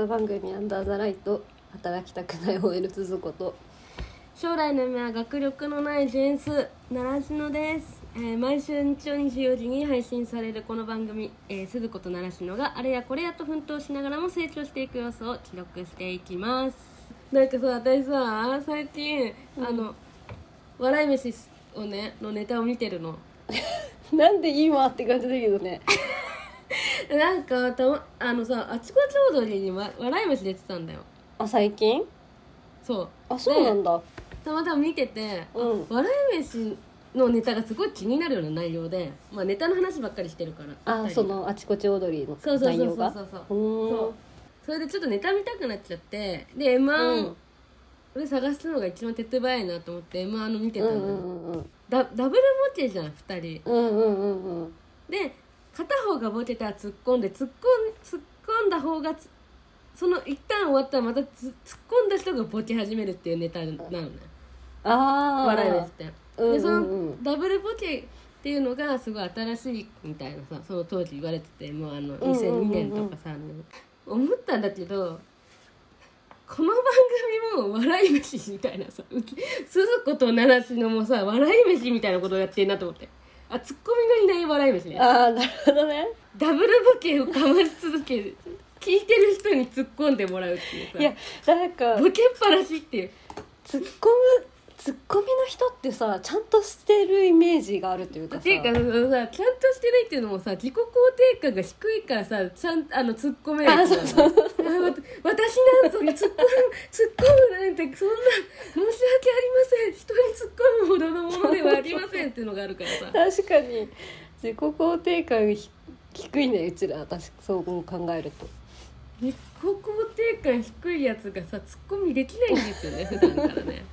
ト番組アンダーザライト、働きたくない OL 鈴子と将来の夢は学力のないジェンス習志野です。毎週日曜24時に配信されるこの番組、鈴子と習志野があれやこれやと奮闘しながらも成長していく様子を記録していきます。なんかさ、私さ最近、笑い飯をねのネタを見てるの。 なんで今って感じだけどねなんかあちこち踊りに、笑い飯出てたんだよ。 あ、最近？ そう。 あ、そうなんだ。 たまたま見てて、笑い飯のネタがすごい気になるような内容で、ネタの話ばっかりしてるから。 そのあちこち踊りの内容が。 そうそれでちょっとネタ見たくなっちゃって、で M1、で探すのが一番手っ取り早いなと思って M1 見てたんだよ。ダブルボケじゃん2人。で片方がボケたら突っ込んで突っ込んだ方がその一旦終わったらまた突っ込んだ人がボケ始めるっていうネタなのね。笑い飯って。でそのダブルボケっていうのがすごい新しいみたいなさ、その当時言われてて、もう2002年とかさ、思ったんだけど、この番組も笑い飯みたいなさ、鈴子と習志野もさ笑い飯みたいなことをやってんなと思って。ツッコミがいない笑い飯ね。 なるほどね。 ダブルボケをかまし続ける、聞いてる人に突っ込んでもらうっていうさ。 いや、なんかボケっぱなしっていう。 ツッコミの人ってさ、ちゃんとしてるイメージがあるというかさ。 っていうかさ、ちゃんとしてないっていうのもさ、自己肯定感が低いからさ、ちゃん突っ込めない。私なんぞに突っ込むなんて、そんな申し訳ありません、人に突っ込むほどのものではありませんっていうのがあるからさ。 確かに自己肯定感低いね、うちら。私そう考えると自己肯定感低いやつがさ、ツッコミできないんですよね普段からね。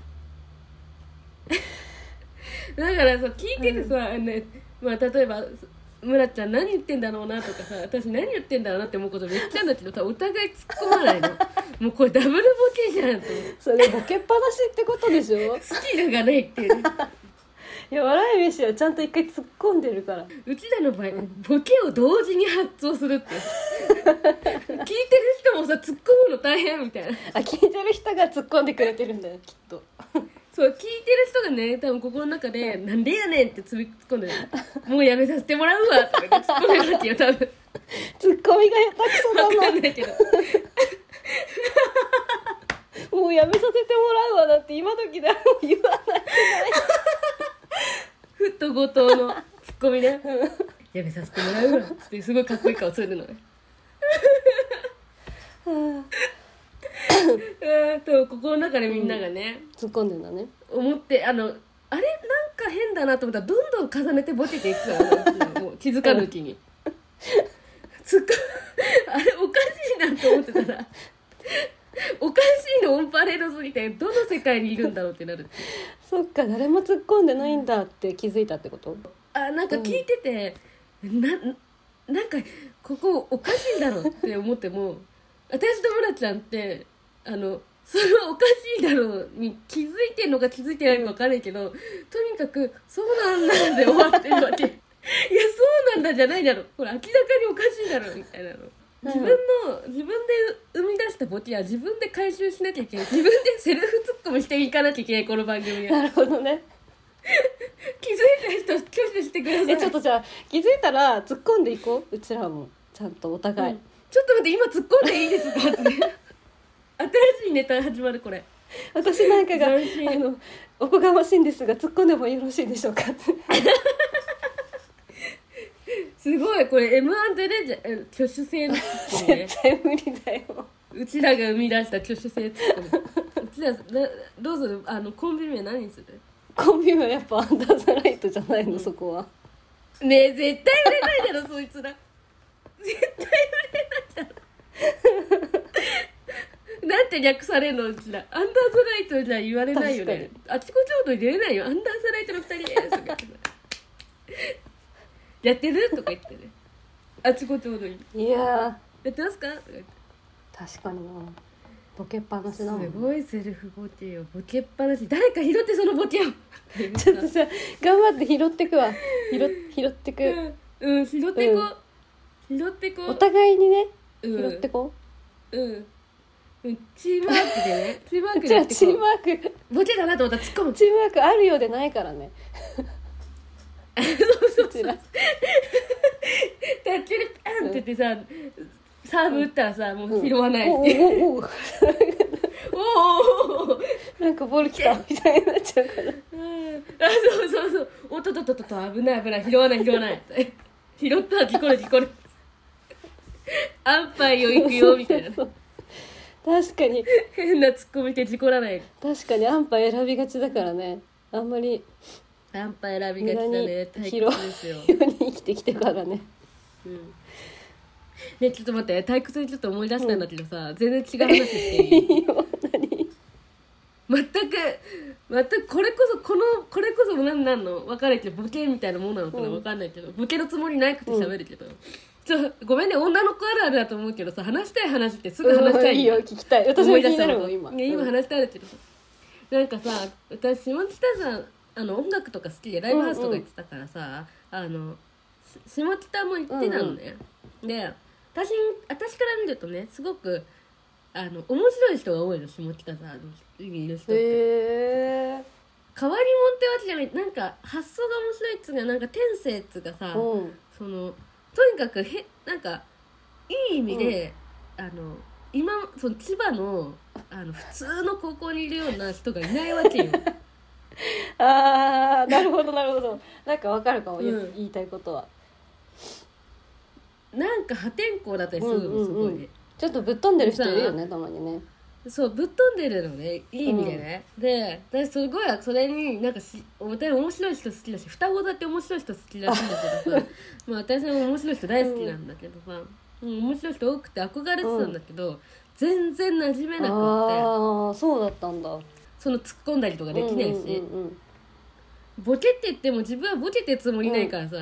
だからさ、聞いててさ、例えば村ちゃん何言ってんだろうなとかさ、私何言ってんだろうなって思うことめっちゃあるんだけどさ、お互い突っ込まないの。もうこれダブルボケじゃんと思って。 それボケっぱなしってことでしょ。 スキルがないっていうね。 いや、笑い飯はちゃんと一回突っ込んでるから。 うちらの場合、ボケを同時に発動するって聞いてる人もさ、突っ込むの大変みたいな。 聞いてる人が突っ込んでくれてるんだよ、きっと。 そう、聞いてる人がね、多分心の中でなんでやねんって突っ込んでる。もうやめさせてもらうわとか突っ込んでるわけよ、多分。 ツッコミが下手くそだな。 分かんないけど。 もうやめさせてもらうわだって今時でも言わない。 ふっと後藤のツッコミね。やめさせてもらうわってすごいかっこいい顔するのね。心の中でみんながね、 突っ込んでんだね。 思ってあれなんか変だなと思ったらどんどん重ねてボケていくからもう気づかぬうちにあれおかしいなと思ってたらおかしいのオンパレードすぎてどの世界にいるんだろうってなる。 そっか、誰も突っ込んでないんだって気づいたってこと？ なんか聞いてて、なんかここおかしいだろうって思っても私と村ちゃんってそのおかしいだろうに気づいてんのか気づいてないのか分からないけど、とにかくそうなんだで終わってるわけ。いや、そうなんだじゃないだろ、これ明らかにおかしいだろみたいなの。自分で生み出したボケは自分で回収しなきゃいけない。自分でセルフツッコミしていかなきゃいけない、この番組は。 なるほどね。 気づいた人挙手してください。 ちょっとじゃあ気づいたら突っ込んでいこう、うちらもちゃんとお互い、 ちょっと待って、今突っ込んでいいですかって新しいネタ始まる。これ私なんかがおこがましいんですが突っ込んでもよろしいでしょうかってすごい、これ M1 でね、挙手制のツッコミね。 絶対無理だよ。 うちらが生み出した挙手制ツッコミ。うちらどうする？コンビ名何にする？ コンビはやっぱアンダーザライトじゃないの、そこは。 ねえ、絶対売れないだろそいつら。絶対売れないだろ。なんて略されるの、うちら。アンダーザライトじゃ言われないよね。あちこち踊り出れないよ。アンダーザライトの2人ですとか言ってやってるとか言ってね。あちこち踊りいややってますかとか言って。 確かにな、ボケっぱなしだもん。 すごいセルフボケよ、ボケっぱなし。誰か拾ってそのボケをちょっとさ、頑張って拾ってくわ。拾ってく。 拾ってこ、拾ってこ。 お互いにね、拾ってこ。 チームワークでねチームワークじゃあでやってチームワークボケだなと思ったら突っ込む。 チームワークあるようでないからね。 そううちら卓球でパンって言ってさ、サーブ打ったらさもう拾わないおって、 おおおおなんかボール来たみたいになっちゃうから。 あそうおっとっとっとっと危ない拾わない拾ったら事故るアンパイを行くよみたいな確かに変なツッコミで事故らない。 確かにアンパイ選びがちだからね。あんまりアンパイ選びがちだね。退屈ですよ。 ように生きてきてからね。 ねちょっと待って、退屈でちょっと思い出したんだけどさ、全然違う話していい？ いいよ何？ 全くこれこそ何なんの分かるけどボケみたいなもんなのかな、分かんないけどボケのつもりなくて喋るけど、ごめんね、女の子あるあるだと思うけどさ、話したい話ってすぐ話したい、 いいよ聞きたい。私も気になるもん今。 今話したいけどさ、なんかさ私下北さん音楽とか好きでライブハウスとか行ってたからさ、下北も行ってたのね、で私から見るとねすごく面白い人が多いの、下北沢にいる人って。 へー。 変わり者ってわけじゃない、なんか発想が面白いっつうか、なんか天性っつうかさ、そのとにかくなんかいい意味で、今その千葉の普通の高校にいるような人がいないわけよ。 あーなるほどなるほど。なんかわかるかも、言いたいことは。 なんか破天荒だったりするの、すごいね。 ちょっとぶっ飛んでる人いるよね、たまにね。 そうぶっ飛んでるのね、いい意味でね、で私すごいそれになんか私面白い人好きだし、双子だって面白い人好きらしいんだけどさまあ私も面白い人大好きなんだけどさ、面白い人多くて憧れてたんだけど、全然馴染めなくって。 ああそうだったんだ。 その突っ込んだりとかできないし、ボケって言っても自分はボケてるつもりないからさ、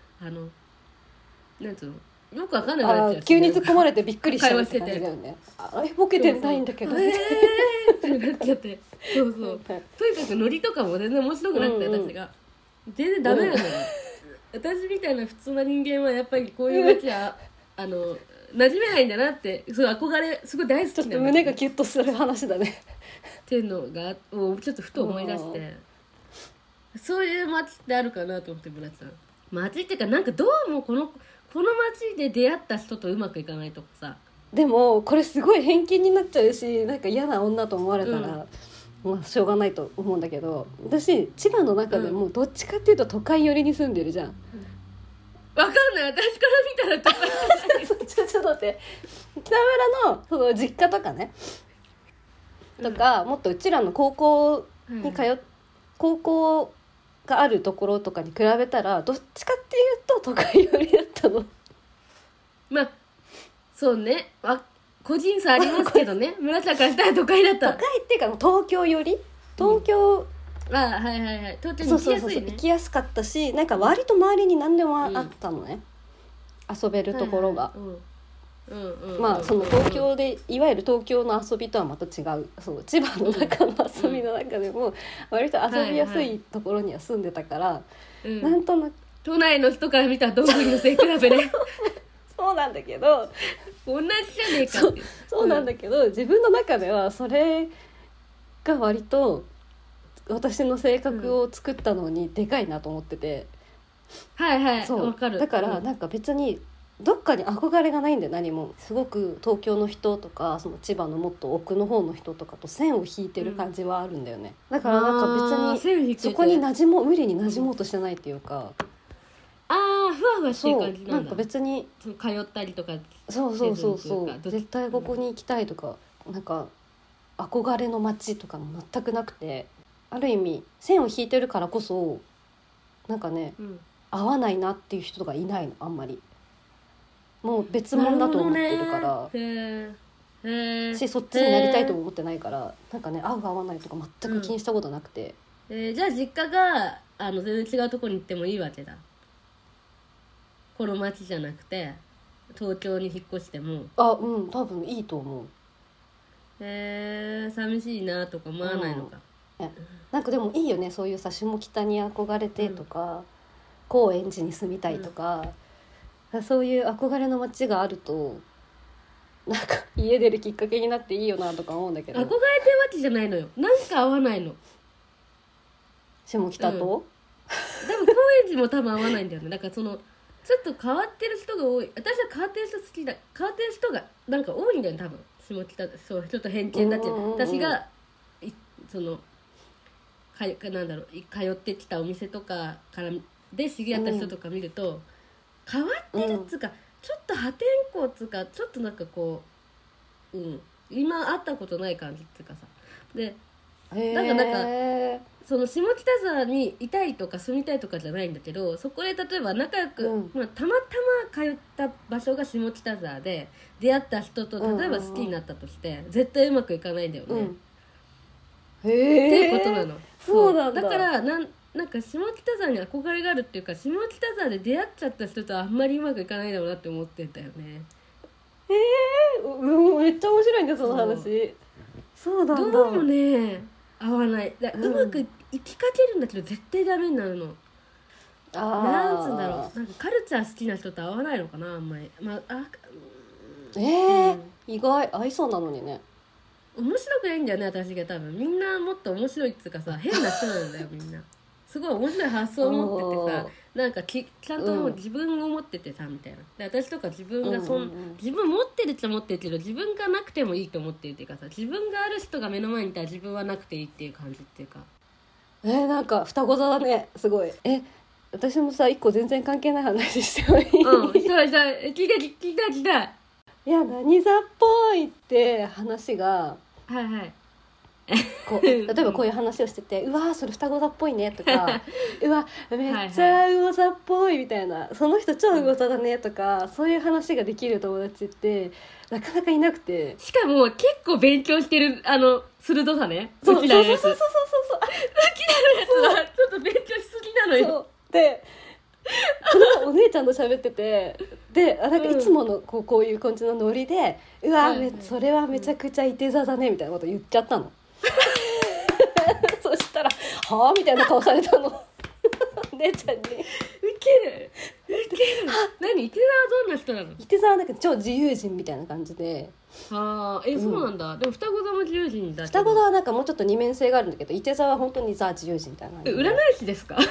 なんつうのよくわかんなくなっちゃう。 急に突っ込まれてびっくりしちゃうって感じだよね。あれボケてないんだけどってなっちゃって、そうとにかくノリとかも全然面白くなくて、私が全然ダメなのよ。私みたいな普通な人間はやっぱりこういう街は馴染めないんだなって、そう憧れすごい大好きなの。 ちょっと胸がキュッとする話だねっていうのがちょっとふと思い出して、そういう街ってあるかなと思って、村さん街っていうか、なんかどうもこの街で出会った人とうまくいかないとかさ。 でもこれすごい偏見になっちゃうし、なんか嫌な女と思われたら、まあしょうがないと思うんだけど、私千葉の中でもどっちかっていうと都会寄りに住んでるじゃん。 わかんない、私から見たら都会じゃないちょっと待って、北村のその実家とかね、とかもっとうちらの高校に高校があるところとかに比べたらどっちかっていうと都会寄りだったの。 まあそうね、個人差ありますけどね村さんからしたら都会だった。 都会っていうか東京寄り、東京、 はい東京に行きやすいね。 行きやすかったし、なんか割と周りに何でもあったのね、遊べるところが。まあその東京でいわゆる東京の遊びとはまた違う、そう千葉の中の遊びの中でも割と遊びやすいところには住んでたから、なんとなく都内の人から見たらどんぐりの背比べねそうなんだけど、 同じじゃねえかって。 そうなんだけど、自分の中ではそれが割と私の性格を作ったのにでかいなと思ってて、そうわかる。 だからなんか別にどっかに憧れがないんだよ、何も。すごく東京の人とかその千葉のもっと奥の方の人とかと線を引いてる感じはあるんだよね、だからなんか別にそこに無理に馴染もうとしてないっていうか、 ふわふわしてる感じなんだ。 なんか別に通ったりとか、 そう絶対ここに行きたいとか、なんか憧れの街とかも全くなくて、ある意味線を引いてるからこそなんかね、合わないなっていう人がいないの、あんまり。もう別物だと思ってるから、しそっちになりたいとも思ってないから、なんかね合う合わないとか全く気にしたことなくて、 じゃあ実家が全然違うところに行ってもいいわけだ。この町じゃなくて東京に引っ越しても。 多分いいと思う。 寂しいなとか思わないのか、 なんかでもいいよね、そういうさ下北に憧れてとか、高円寺に住みたいとか、そういう憧れの街があるとなんか家出るきっかけになっていいよなとか思うんだけど。 憧れてるわけじゃないのよ。なんか合わないの。 下北と、 多分高円寺も多分合わないんだよね。だからそのちょっと変わってる人が多い。私は変わってる人好きだ。変わってる人がなんか多いんだよね多分。下北そうちょっと偏見だけど、私がそのなんだろう通ってきたお店とかからで知り合った人とか見ると、変わってるっつうか、ちょっと破天荒っつうか、ちょっとなんかこう、今会ったことない感じっていうかさ、でなんかその下北沢にいたいとか住みたいとかじゃないんだけど、そこで例えば仲良く、たまたま通った場所が下北沢で出会った人と例えば好きになったとして、絶対うまくいかないんだよね、っていうことなの。 そうなんだ。 だからなんか下北沢に憧れがあるっていうか、下北沢で出会っちゃった人とはあんまりうまくいかないだろうなって思ってたよね。 めっちゃ面白いんだよその話。そうなんだ。 どうもね合わない。うまくいきかけるんだけど絶対ダメになるの。なんつうんだろう、なんかカルチャー好きな人と合わないのかなあんまり。 意外合いそうなのにね。 面白くないんだよね私が。多分みんなもっと面白いっていうかさ、変な人なんだよみんな。すごい面白い発想を持っててさ、なんかちゃんともう自分を持っててさみたいな。で私とか自分が自分持ってるっちゃ持ってるけど、自分がなくてもいいと思ってるっていうかさ、自分がある人が目の前にいたら自分はなくていいっていう感じっていうか。 なんか双子座だねすごい。私もさ一個全然関係ない話してもいい？ 聞いた。 いや何座っぽいって話が。例えばこういう話をしてて、うわそれ双子座っぽいねとかうわめっちゃ魚座っぽいみたいな、その人超魚座だねとか、そういう話ができる友達ってなかなかいなくて、 しかも結構勉強してる鋭さね。 そううちらのやつうちらのやつはちょっと勉強しすぎなのよ。 でそのお姉ちゃんと喋ってて、でなんかいつものこういう感じのノリで、うわそれはめちゃくちゃいて座だねみたいなこと言っちゃったの。そしたらはぁみたいな顔されたの姉ちゃんに。ウケる何伊手座はどんな人なの？ 伊手座はなんか超自由人みたいな感じで。 そうなんだ。でも双子座も自由人だ。 双子座はなんかもうちょっと二面性があるんだけど、伊手座は本当にザ自由人みたいな。 占い師ですか？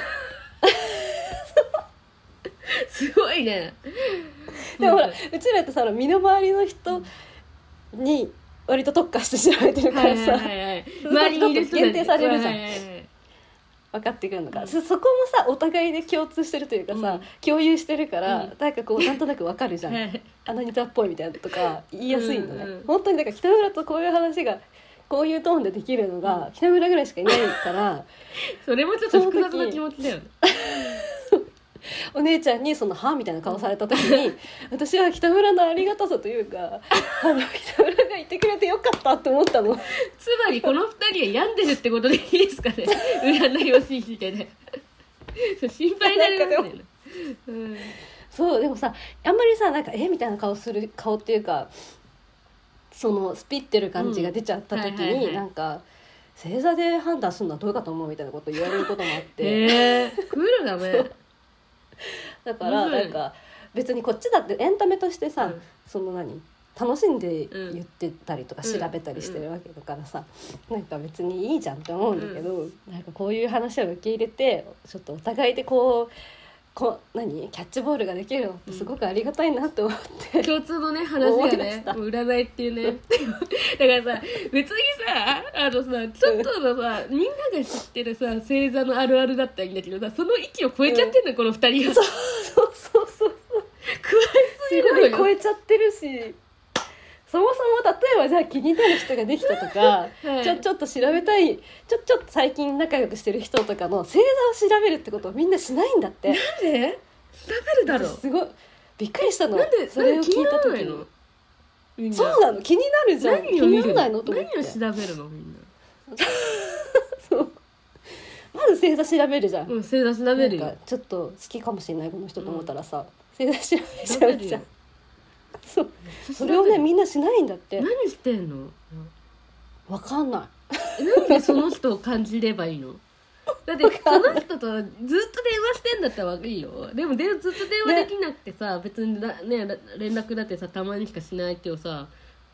すごいね。 でもほらうちらってさ身の回りの人に割と特化して調べてるからさ、 周りにいる人限定されるじゃん、分かってくるのか、そこもさお互いで共通してるというかさ、共有してるから、なんかこうなんとなく分かるじゃん、似たっぽいみたいなとか言いやすいのね、本当になんか北村とこういう話がこういうトーンでできるのが北村ぐらいしかいないからそれもちょっと複雑な気持ちだよね。 お姉ちゃんにそのはみたいな顔された時に私は北村のありがたさというか北村がいてくれてよかったって思ったの。 つまりこの2人は病んでるってことでいいですかね。占いを信じてね。心配になりますよね。 そうでもさあんまりさなんかみたいな顔する顔っていうか、そのスピってる感じが出ちゃった時に、なんか星座で判断するのはどうかと思うみたいなこと言われることもあってクールだね。 だからなんか別にこっちだってエンタメとしてさ、その楽しんで言ってたりとか調べたりしてるわけだからさ、なんか別にいいじゃんって思うんだけど、なんかこういう話を受け入れてちょっとお互いでキャッチボールができるのってすごくありがたいなって思って、 共通のね話がね占いっていうねだからさ別にさちょっとのさ、みんなが知ってるさ星座のあるあるだったらいいんだけどさ、その域を超えちゃってんのよ、この2人が。 そう加えすぎるのよ。超えちゃってるし、そもそも例えばじゃあ気になる人ができたとか、ちょっと調べたいちょっと最近仲良くしてる人とかの星座を調べるってことをみんなしないんだって。 なんで調べるだろう。 すごいびっくりしたの。 なんでそれを聞いた時に。そうなの、気になるじゃん。気にならないのと思って。 何を調べるのみんな。 そうまず星座調べるじゃん。 星座調べるよ。 ちょっと好きかもしれないこの人と思ったらさ、星座調べちゃうじゃん。それをねみんなしないんだって。 何してんの？ わかんない。 なんでその人を感じればいいの？だってその人とずっと電話してんだったらいいよ。でもずっと電話できなくてさ、別に連絡だってさたまにしかしない人をさ、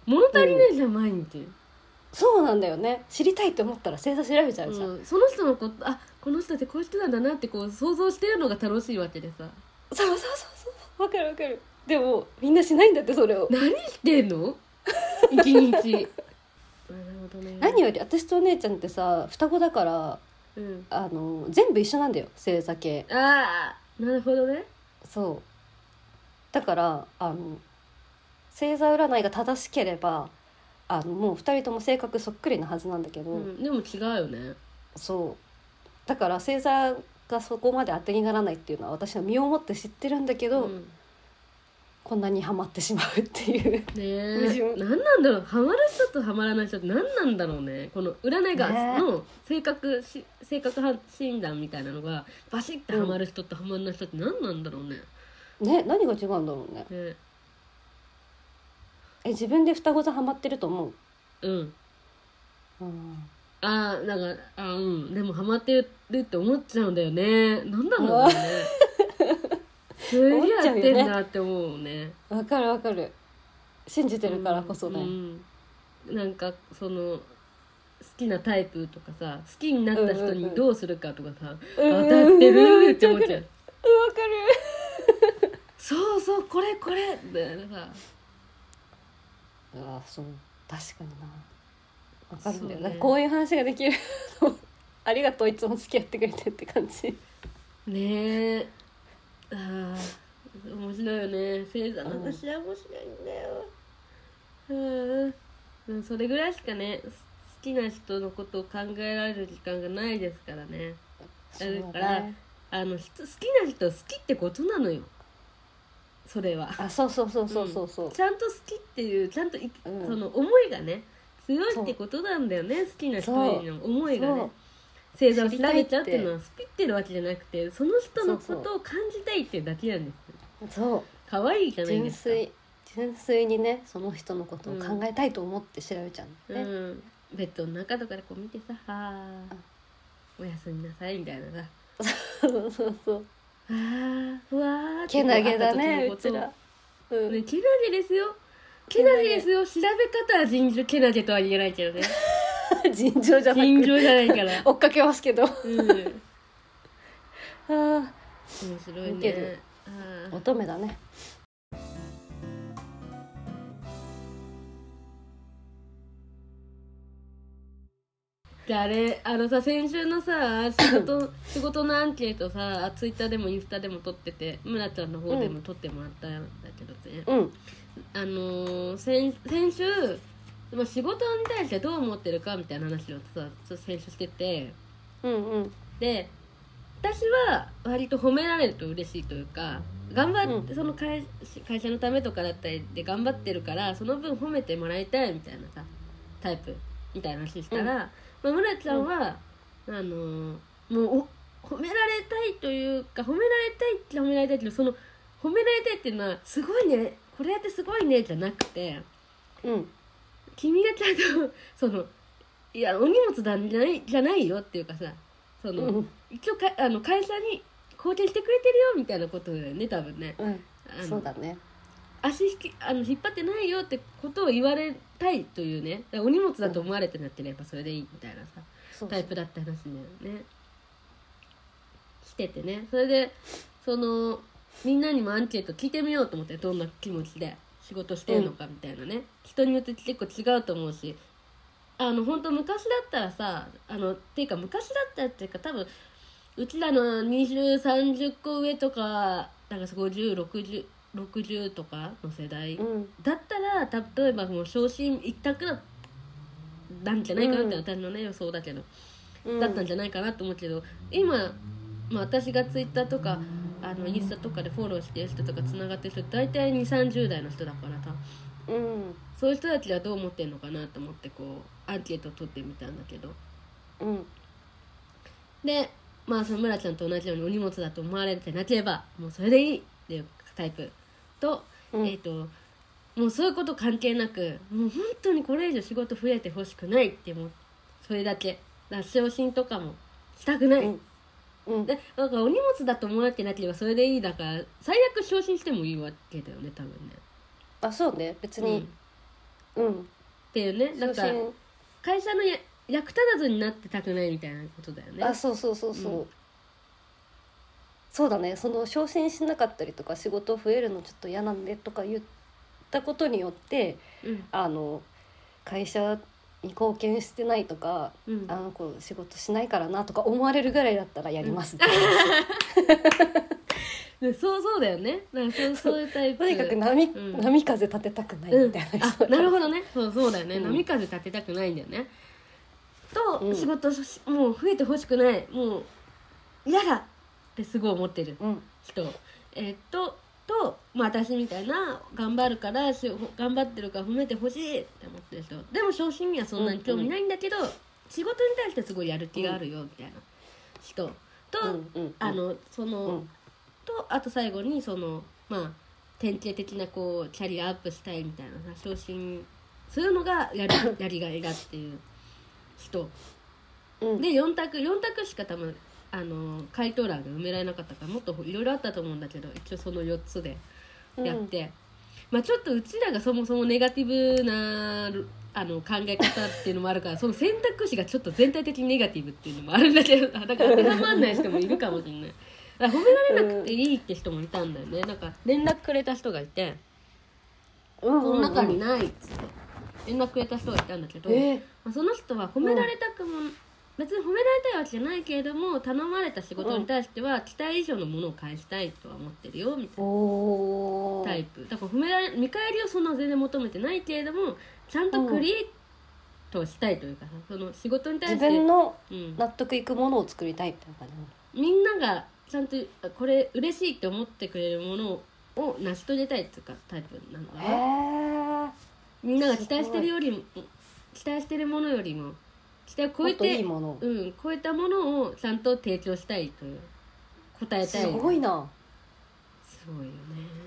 物足りないじゃん、毎日。 そうなんだよね。知りたいって思ったら星座調べちゃうじゃん、 その人のこと、この人ってこういう人なんだなってこう想像してるのが楽しいわけでさ。 そうわかるわかる。でもみんなしないんだって、それを。 何してんの一日。なるほどね。 何より私とお姉ちゃんってさ、双子だから、全部一緒なんだよ、星座系。 なるほどね。 そうだから星座占いが正しければもう2人とも性格そっくりなはずなんだけど、 でも違うよね。 そうだから星座がそこまで当てにならないっていうのは私は身をもって知ってるんだけど、こんなにハマってしまうっていうねえ何なんだろう、ハマる人とハマらない人って何なんだろうね。この占いがの性格診断みたいなのがバシッてハマる人とハマらない人って何なんだろうね。 何が違うんだろうね。自分で双子座ハマってると思う？ なんかでもハマってるって思っちゃうんだよね。なんだろうね。すげえやってんなって思うね。 わかる。信じてるからこそね。 なんかその好きなタイプとかさ、好きになった人にどうするかとかさ、当たってるって思っちゃう。わかる。そうこれってさ。 そう確かにな。わかるんだよ、ね、こういう話ができるのありがとう、いつも付き合ってくれてって感じねえ。面白いよね。星座の話は面白いんだよ。それぐらいしかね、好きな人のことを考えられる時間がないですからね。だから好きな人好きってことなのよ、それは。 そう、ちゃんと好きっていうちゃんとその思いがね強いってことなんだよね。好きな人への思いがね、星座を調べちゃうっていうのはスピってるわけじゃなくて、その人のことを感じたいっていうだけなんです。 そう可愛いじゃないですか。 純粋にね、その人のことを考えたいと思って調べちゃうんだね。 ベッドの中とかでこう見てさ、おやすみなさいみたいなさ。 そううわーけなげだね、うちら。 ね、けなげですよ。調べ方は尋常、けなげとは言えないけどね。 尋常じゃないから追っかけますけど。 面白いね。 乙女だね。 先週のさ仕事のアンケートさ、ツイッターでもインスタでも撮ってて、村ちゃんの方でも撮ってもらったんだけどね、先週、仕事に対してどう思ってるかみたいな話をさ先週してて、で私は割と褒められると嬉しいというか、頑張って、その会社のためとかだったりで頑張ってるから、その分褒めてもらいたいみたいなさタイプみたいな話したら、村ちゃんは、もう褒められたいというか、褒められたいって褒められたいけど、その褒められたいっていうのはすごいね、これやってすごいねじゃなくて、君がちゃんといやお荷物だじゃないよっていうかさ、一応会社に貢献してくれてるよみたいなことだよね、多分ね。 そうだね。 足引っ張ってないよってことを言われたいというね、お荷物だと思われてなってればそれでいいみたいなさ、タイプだった話だよね。しててね、それでみんなにもアンケート聞いてみようと思って、どんな気持ちで仕事してるのかみたいなね、人によって結構違うと思うし、本当昔だったらさ、っていうか昔だったらっていうか、多分うちらの20、30個上とか、なんか50、60とかの世代、だったら例えばもう昇進一択なんじゃないかなって私のね予想だけど、だったんじゃないかなと思うけど、今、私がツイッターとかインスタとかでフォローしてる人とかつながってる人大体2、30代の人だからさ、そういう人たちはどう思ってんのかなと思ってこうアンケートを取ってみたんだけど、でその村ちゃんと同じようにお荷物だと思われてなければもうそれでいいっていうタイプと、もうそういうこと関係なく、もう本当にこれ以上仕事増えてほしくないって、もうそれだけ昇進とかもしたくない、でなんかお荷物だと思われてなければそれでいいだから、最悪昇進してもいいわけだよね、多分ね。 そうね、別に、 っていうね、なんか会社の役立たずになってたくないみたいなことだよね。 そう、そうだね。その昇進しなかったりとか仕事増えるのちょっと嫌なんでとか言ったことによって、会社に貢献してないとか、あの子仕事しないからなとか思われるぐらいだったらやりますって、 そうだよね。なんかそういうタイプ。 とにかく波風立てたくないみたいな、 なるほどね。そうだよね、波風立てたくないんだよね。と、仕事もう増えてほしくない、もう嫌だってすごい思ってる人、私みたいな頑張るから頑張ってるから褒めてほしいって思ってる人、でも昇進にはそんなに興味ないんだけど、仕事に対してすごいやる気があるよみたいな人と、あと最後に典型的なこうキャリアアップしたいみたいな昇進するのがやりがいだっていう人、で4択しか多分回答欄で埋められなかったから、もっといろいろあったと思うんだけど、一応その4つでやって、ちょっとうちらがそもそもネガティブな考え方っていうのもあるからその選択肢がちょっと全体的にネガティブっていうのもあるんだけど、だから当てはまんない人もいるかもしれない。だから褒められなくていいって人もいたんだよね。なんか連絡くれた人がいて、この中にないっつって連絡くれた人がいたんだけど、その人は褒められたくも、別に褒められたいわけじゃないけれども、頼まれた仕事に対しては期待以上のものを返したいとは思ってるよみたいなタイプだから見返りをそんな全然求めてないけれども、ちゃんとクリエイトしたいというか、その仕事に対して自分の納得いくものを作りたいみたいな感じ、みんながちゃんとこれ嬉しいって思ってくれるものを成し遂げたいっていうかタイプなのかな。みんなが期待してるものよりも期待を超えて超えたものをちゃんと提供したいという、答えたい。 すごいな。 すごいよね。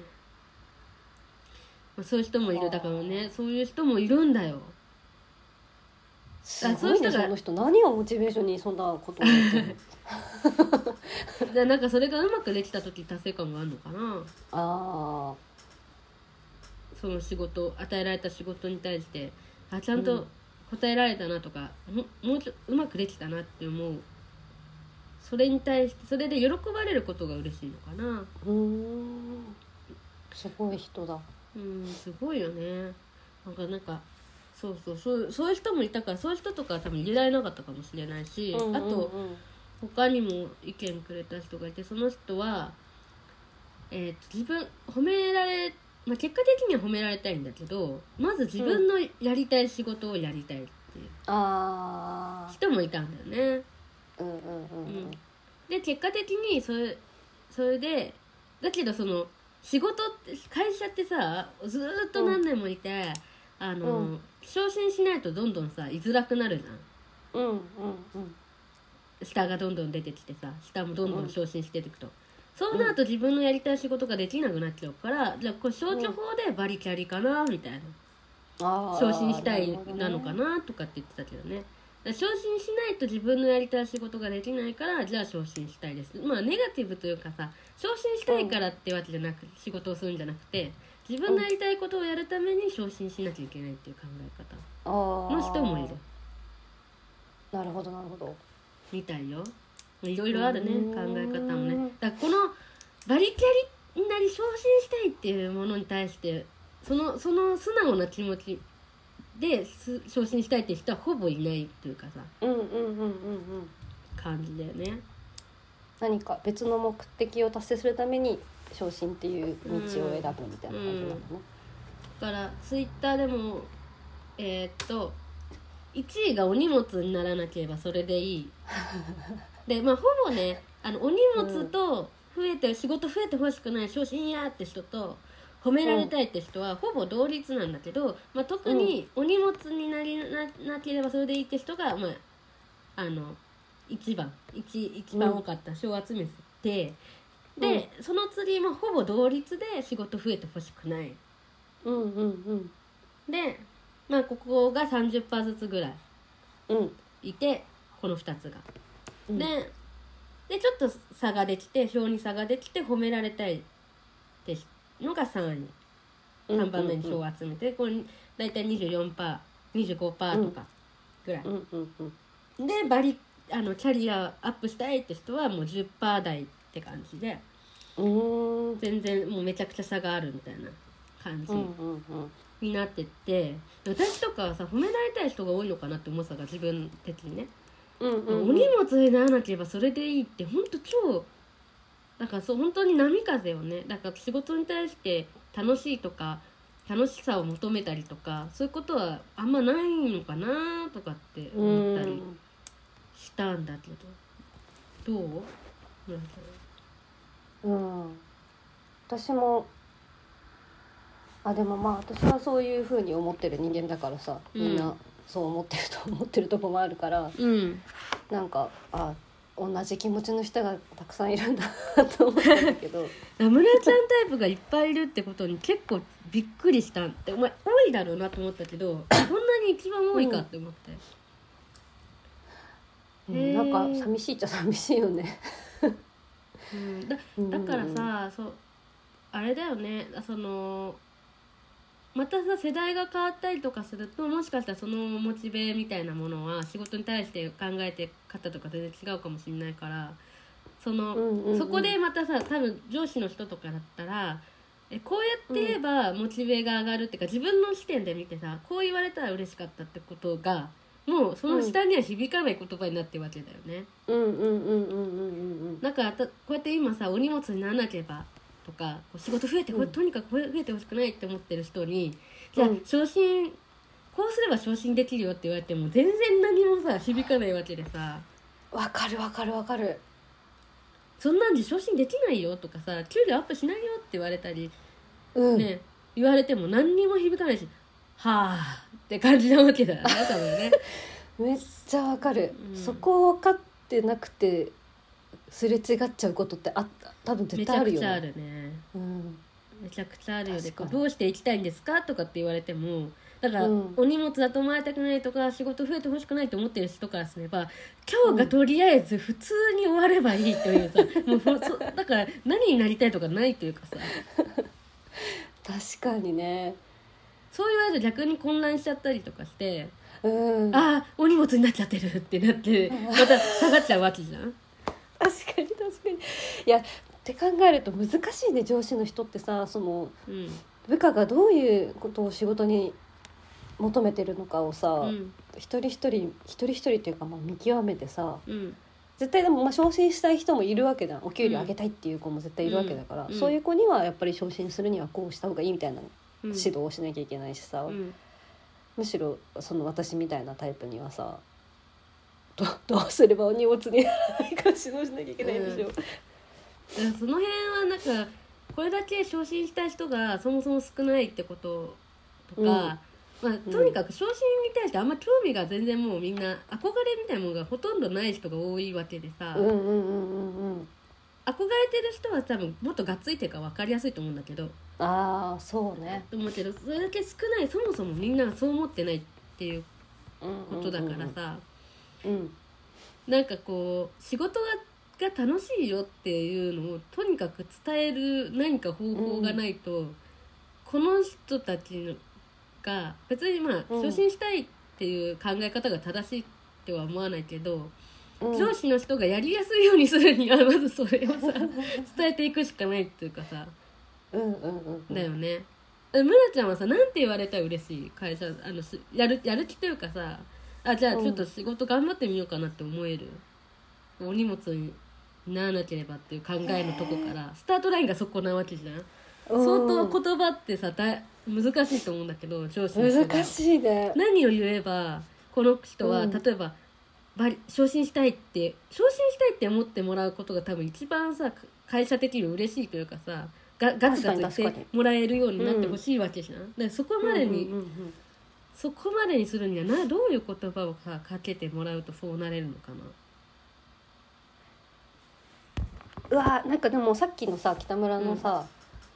そういう人もいる。だからね、そういう人もいるんだよ。 すごいね、その人何をモチベーションにそんなことを言ってるのなんかそれがうまくできた時達成感があるのかな。その与えられた仕事に対してちゃんと答えられたなとか、もうちょっとうまくできたなって思う。それに対してそれで喜ばれることが嬉しいのかな。 すごい人だ。 すごいよね。なんかそういう人もいたから、そういう人とかは多分入れられなかったかもしれないし、あと他にも意見くれた人がいて、その人は自分褒められ、結果的には褒められたいんだけど、まず自分のやりたい仕事をやりたいっていう人もいたんだよね。で結果的にそれでだけど、その仕事って会社ってさ、ずっと何年もいて、昇進しないとどんどんさ居づらくなるじゃん。下がどんどん出てきてさ、下もどんどん昇進していくと、そうなると自分のやりたい仕事ができなくなっちゃうから、じゃあこれ消去法でバリキャリかなみたいな、昇進したいなのかなとかって言ってたけどね。昇進しないと自分のやりたい仕事ができないから、じゃあ昇進したいです。ネガティブというかさ、昇進したいからってわけじゃなく、仕事をするんじゃなくて、自分のやりたいことをやるために昇進しなきゃいけないっていう考え方の人もいる。 なるほどなるほど。 みたいよ。いろいろあるね、考え方もね。だからこのバリキャリになり昇進したいっていうものに対して、その素直な気持ちで昇進したいっていう人はほぼいないというかさ、感じだよね。 何か別の目的を達成するために昇進っていう道を選ぶみたいな感じなのね。 だからツイッターでも1位がお荷物にならなければそれでいいで、ほぼね、お荷物と仕事増えてほしくない昇進やって人と褒められたいって人はほぼ同率なんだけど、特にお荷物になければそれでいいって人が一番多かった人を集めて、で、その次もほぼ同率で仕事増えてほしくない、で、ここが 30% ずつぐらいいて、この2つが、でちょっと差ができて、表に差ができて褒められたいってのが3位、3番目に票を集めて、これだいたい 24%25% とかぐらい、 うんうんうん、 でキャリアアップしたいって人はもう 10% 台って感じで、全然もうめちゃくちゃ差があるみたいな感じになってって、私とかはさ褒められたい人が多いのかなって思ってたから自分的にね、お荷物にならなければそれでいいってほんと超だからそう本当に波風をね、だから仕事に対して楽しいとか楽しさを求めたりとかそういうことはあんまないのかなとかって思ったりしたんだけど、どう？ 私もでもまあ私はそういう風に思ってる人間だからさ、みんなそう思ってると思ってるとこもあるから、なんか同じ気持ちの人がたくさんいるんだと思ったんだけどラムネちゃんタイプがいっぱいいるってことに結構びっくりしたってお前多いだろうなと思ったけどこんなに一番多いかって思って、 なんか寂しいっちゃ寂しいよねだからさ、あれだよね、またさ世代が変わったりとかするともしかしたらそのモチベみたいなものは仕事に対して考えて方とか全然違うかもしれないから、そこでまたさ多分上司の人とかだったらこうやって言えばモチベが上がるっていうか、自分の視点で見てさこう言われたら嬉しかったってことがもうその下には響かない言葉になってるわけだよね。だからこうやって今さお荷物にならなければとか仕事増えてとにかく増えてほしくないって思ってる人に、じゃあ昇進こうすれば昇進できるよって言われても全然何もさ響かないわけでさ、 わかるそんなんで昇進できないよとかさ給料アップしないよって言われたり、ね言われても何にも響かないしはあって感じなわけだよね多分ねめっちゃわかる、そこ分かってなくてすれ違っちゃうことって多分絶対あるよね。 めちゃくちゃあるね、めちゃくちゃあるよね。どうしていきたいんですかとかって言われてもだから、お荷物だと思われたくないとか仕事増えてほしくないと思ってる人からすれば今日がとりあえず普通に終わればいいというさ、もうだから何になりたいとかないというかさ確かにね、 そう言われると逆に混乱しちゃったりとかして、お荷物になっちゃってるってなってまた下がっちゃうわけじゃん確かにいやって考えると難しいね。上司の人ってさ部下がどういうことを仕事に求めてるのかをさ、一人一人っていうか見極めてさ、絶対でも昇進したい人もいるわけだ。お給料上げたいっていう子も絶対いるわけだから、そういう子にはやっぱり昇進するにはこうした方がいいみたいな指導をしなきゃいけないしさ、むしろ私みたいなタイプにはさどうすればお荷物にならないか指導しなきゃいけないんでしょ、 その辺はなんかこれだけ昇進した人がそもそも少ないってこととか、とにかく昇進に対してあんま興味が全然もうみんな憧れみたいなものがほとんどない人が多いわけでさ、憧れてる人は多分もっとがっついてるから分かりやすいと思うんだけど、 そうねと思うけどそれだけ少ない、そもそもみんながそう思ってないっていうことだからさ、なんかこう仕事が楽しいよっていうのをとにかく伝える何か方法がないと、この人たちが別に昇進したいっていう考え方が正しいっては思わないけど、上司の人がやりやすいようにするにはまずそれをさ伝えていくしかないっていうかさ、だよね。村ちゃんはさ、なんて言われたら嬉しい？会社やる気というかさ、じゃあちょっと仕事頑張ってみようかなって思える、お荷物にならなければっていう考えのとこからスタートラインがそこなわけじゃん。相当言葉ってさ難しいと思うんだけど、上司の人が難しいね。 何を言えばこの人は、例えば昇進したいって思ってもらうことが多分一番さ会社的に嬉しいというかさ、ガツガツ言ってもらえるようになってほしいわけじゃん。だからそこまでにするにはどういう言葉をかけてもらうとそうなれるのかな。なんかでもさっきのさ北村のさ、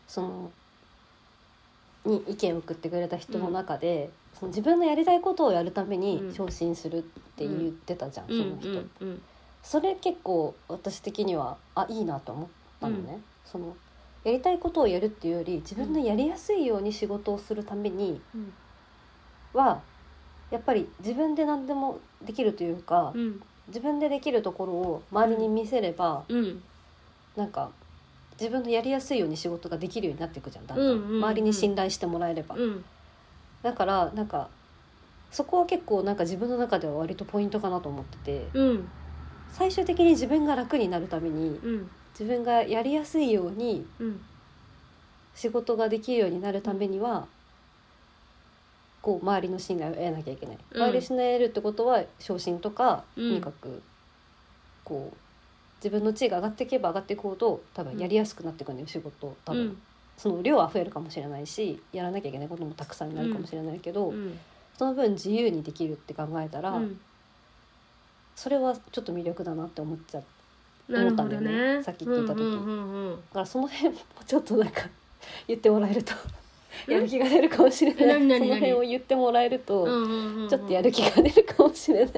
に意見を送ってくれた人の中で、自分のやりたいことをやるために昇進するって言ってたじゃん、その人、それ結構私的にはいいなと思ったのね、やりたいことをやるっていうより自分のやりやすいように仕事をするためにはやっぱり自分で何でもできるというか、自分でできるところを周りに見せれば、なんか自分のやりやすいように仕事ができるようになっていくじゃん、だんだん、周りに信頼してもらえれば、だからなんかそこは結構なんか自分の中では割とポイントかなと思ってて、最終的に自分が楽になるために、自分がやりやすいように仕事ができるようになるためには、こう周りの信頼を得なきゃいけない、周りの信頼を得るってことは昇進とか、とにかくこう自分の地位が上がっていけば上がっていくほど多分やりやすくなっていくんだよ、仕事多分、その量は増えるかもしれないし、やらなきゃいけないこともたくさんになるかもしれないけど、その分自由にできるって考えたら、それはちょっと魅力だなって思ったんだよね、さっき言ってた時、だからその辺もちょっとなんか言ってもらえるとやる気が出るかもしれない。その辺を言ってもらえるとちょっとやる気が出るかもしれない。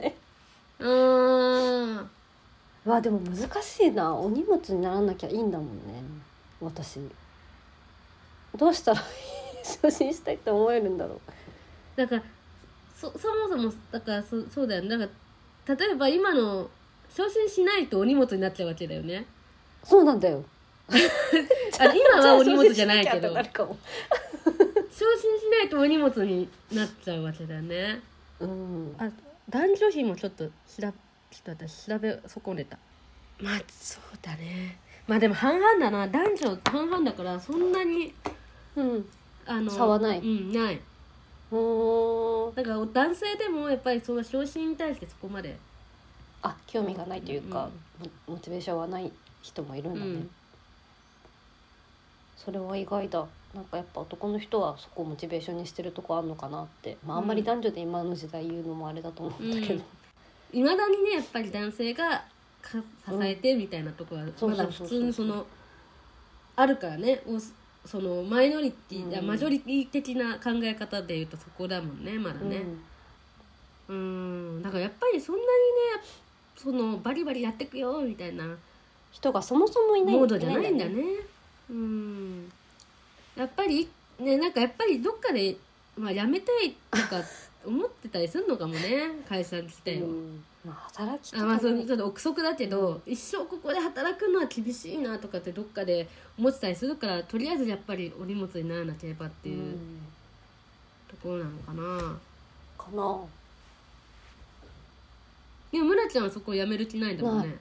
わ、でも難しいな。お荷物にならなきゃいいんだもんね、私。どうしたら昇進したいって思えるんだろう。 だからそもそもだからそうだよね。だから例えば今の昇進しないとお荷物になっちゃうわけだよね。 そうなんだよ今はお荷物じゃないけど昇進しないとお荷物になっちゃうわけだよね。男女比もちょっと私調べ損ねた。まあそうだね。まあでも半々だな。男女半々だからそんなに、 差はない。 ない。だから男性でもやっぱりその昇進に対してそこまで興味がないというか、モチベーションはない人もいるんだね。それは意外だ。なんかやっぱ男の人はそこをモチベーションにしてるとこあるのかなって、あんまり男女で今の時代言うのもあれだと思うんだけど、 いまだにねやっぱり男性が支えてみたいなところはまだ普通にそのあるからね。そのマイノリティ、マジョリティ的な考え方でいうとそこだもんね、まだね。だからやっぱりそんなにねそのバリバリやってくよみたいな人がそもそもいないモードじゃないんだね。やっぱりね、なんかやっぱりどっかで、辞めたいとか思ってたりするのかもね会社自体は。 働きたい。 それちょっと憶測だけど、一生ここで働くのは厳しいなとかってどっかで思ってたりするから、とりあえずやっぱりお荷物にならなければっていうところなのかな。でも村ちゃんはそこを辞める気ないんだもんね。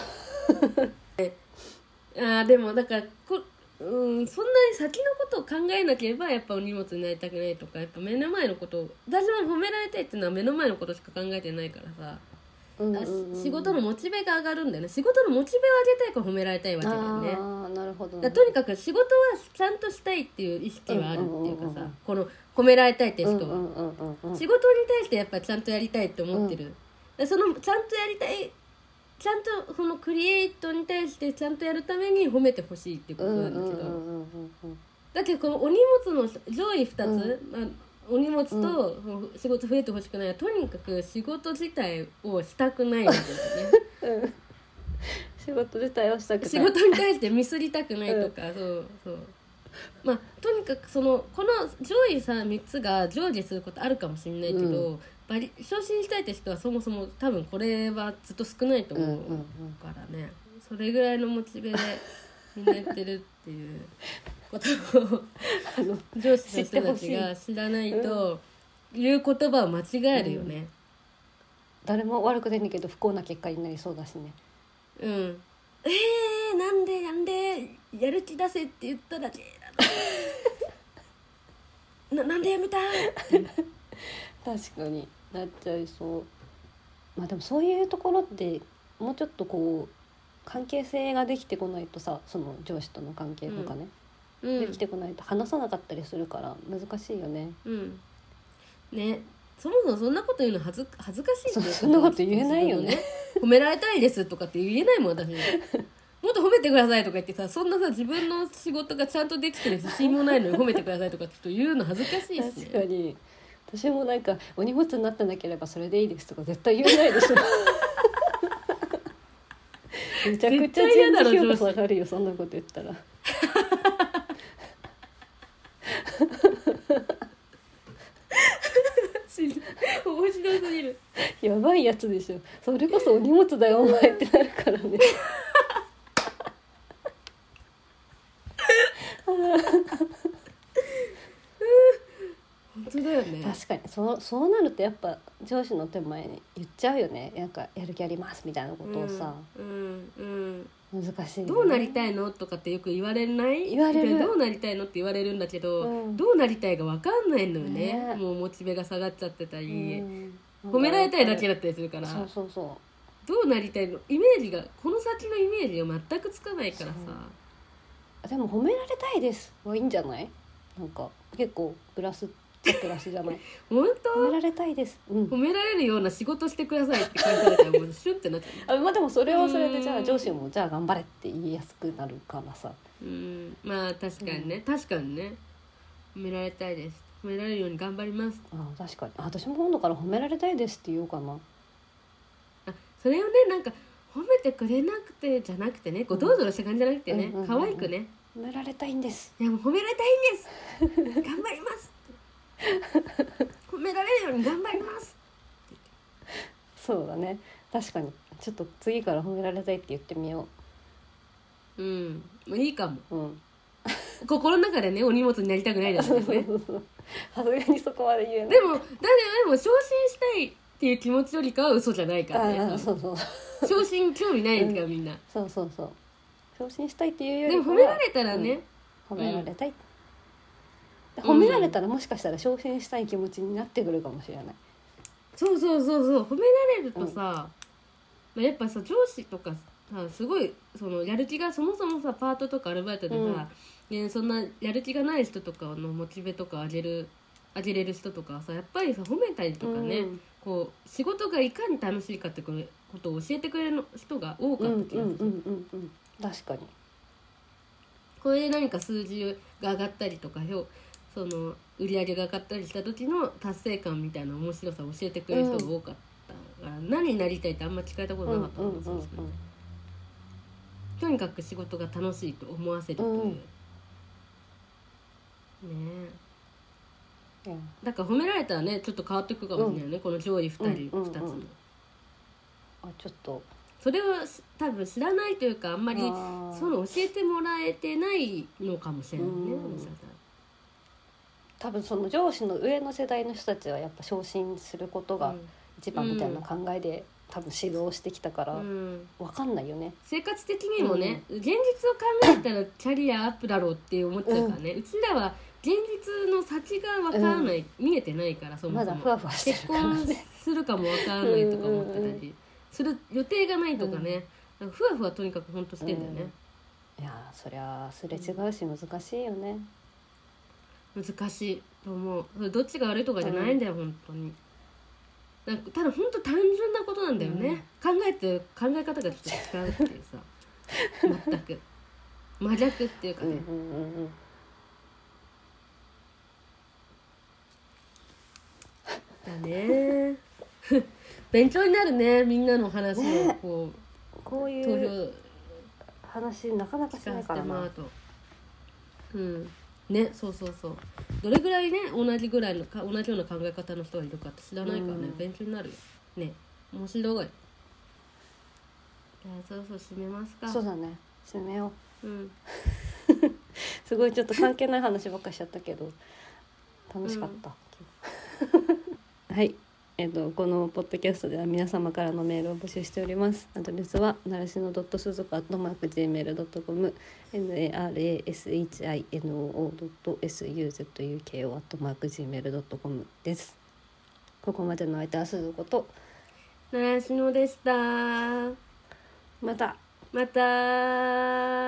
でもだからそんなに先のことを考えなければやっぱお荷物になりたくないとか、やっぱ目の前のことを、私も褒められたいっていうのは目の前のことしか考えてないからさ、仕事のモチベが上がるんだよね。仕事のモチベを上げたいから褒められたいわけだよね。 なるほど。 とにかく仕事はちゃんとしたいっていう意識はあるっていうかさ、この褒められたいっていう人は仕事に対してやっぱちゃんとやりたいって思ってる。そのちゃんとやりたい、ちゃんとそのクリエイトに対してちゃんとやるために褒めてほしいっていうことなんだけど、だけどこのお荷物の上位2つ、お荷物と仕事増えてほしくない。とにかく仕事自体をしたくないんだよね。 仕事自体をしたくない。 仕事に対してミスりたくないとか、とにかくこの上位3つが成就することあるかもしれないけど、昇進したいって人はそもそも多分これはずっと少ないと思うからね。それぐらいのモチベでみんなやってるっていうことを上司の人たちが知らないと言う言葉を間違えるよね。 誰も悪くないんだけど不幸な結果になりそうだしね。 なんでやる気出せって言っただけなんでやめた確かになっちゃいそう。でもそういうところってもうちょっとこう関係性ができてこないとさ、その上司との関係とかね、できてこないと話さなかったりするから難しいよね。 ね、そもそもそんなこと言うの恥ずかしいっていうか、 そんなこと言えないよね。 褒められたいですとかって言えないもん私。もっと褒めてくださいとか言ってさ、そんなさ自分の仕事がちゃんとできてる自信もないのに褒めてくださいとかって言うの恥ずかしいしね。 確かに私もなんかお荷物になってなければそれでいいですとか絶対言えないでしょ。めちゃくちゃ人事評価下がるよ、そんなこと言ったら。 面白すぎる。 やばいやつでしょ。それこそお荷物だよお前ってなるからね。 本当だよね。 確かにそうなるとやっぱ上司の手前に言っちゃうよね。なんかやる気ありますみたいなことをさ、難しいよね。 どうなりたいのとかってよく言われない？ 言われる。 どうなりたいのって言われるんだけど、どうなりたいか分かんないのよね。もうモチベが下がっちゃってたり、褒められたいだけだったりするから。 そうどうなりたいのイメージが、この先のイメージが全くつかないからさ。 でも褒められたいですはいいんじゃない？なんか結構プラスじゃない。 本当？ 褒められたいです、 褒められるような仕事してくださいって返されたらもうシュンってなっちゃう。 まあでもそれはそれでじゃあ上司もじゃあ頑張れって言いやすくなるからさ。 まあ確かにね、確かにね。褒められたいです、褒められるように頑張ります。 確かに私も今度から褒められたいですって言おうかな。 それをね、なんか褒めてくれなくてじゃなくてね、こうどうぞろした感じじゃなくてね、可愛くね、 褒められたいんです。 いやもう褒められたいんです頑張ります褒められるように頑張りますそうだね、確かにちょっと次から褒められたいって言ってみよう。もういいかも。心の中でね、お荷物になりたくないですよね。 さすがにそこまで言えない。 でも昇進したいっていう気持ちよりかは嘘じゃないからね。昇進興味ないんですからみんな。 そう昇進したいっていうよりでも褒められたらね、 褒められたい、褒められたらもしかしたら昇進したい気持ちになってくるかもしれない。 そう褒められるとさ、やっぱさ上司とかさ、すごいそのやる気がそもそもさ、パートとかアルバイトでさ、そんなやる気がない人とかのモチベとか上げれる人とかはさ、やっぱりさ褒めたりとかね、こう仕事がいかに楽しいかってことを教えてくれる人が多かった気がする。 確かに。 これで何か数字が上がったりとか、その売り上げが上がったりした時の達成感みたいな面白さを教えてくれる人が多かったから、何になりたいってあんま聞かれたことなかったんですけど、とにかく仕事が楽しいと思わせるという、だから褒められたらね、ちょっと変わってくかもしれないね、この上位2つの。 ちょっとそれを多分知らないというか、あんまりその教えてもらえてないのかもしれないね、もしかしたら。 多分その上司の上の世代の人たちはやっぱ昇進することが一番みたいな考えで、多分指導してきたから分かんないよね。 生活的にもね、現実を考えたらキャリアアップだろうって思っちゃうからね、うちらは現実の先が分からない、見えてないから、そもそもまだふわふわしてるからね。 結婚するかも分からないとか思ってたりする予定がないとかね、ふわふわとにかくほんとしてんだよね。 いやそりゃすれ違うし難しいよね。 難しいと思う。どっちが悪いとかじゃないんだよ、本当に。なんかただ本当単純なことなんだよね、考え方がちょっと違うっていうさ全く真逆っていうかね、だね勉強になるね、みんなの話をこういう話なかなかしないからな。 ね、そうどれぐらいね、同じような考え方の人がいるかって知らないからね、勉強になるよね。面白い。じゃあそろそろ締めますか。 そうだね、締めよう。すごいちょっと関係ない話ばっかりしちゃったけど楽しかった、はい、このポッドキャストでは皆様からのメールを募集しております。アドレスはならしの.suzuko@gmail.com narashino.suzuko@gmail.com です。ここまでの相手は鈴子とならしのでした。 また。 また。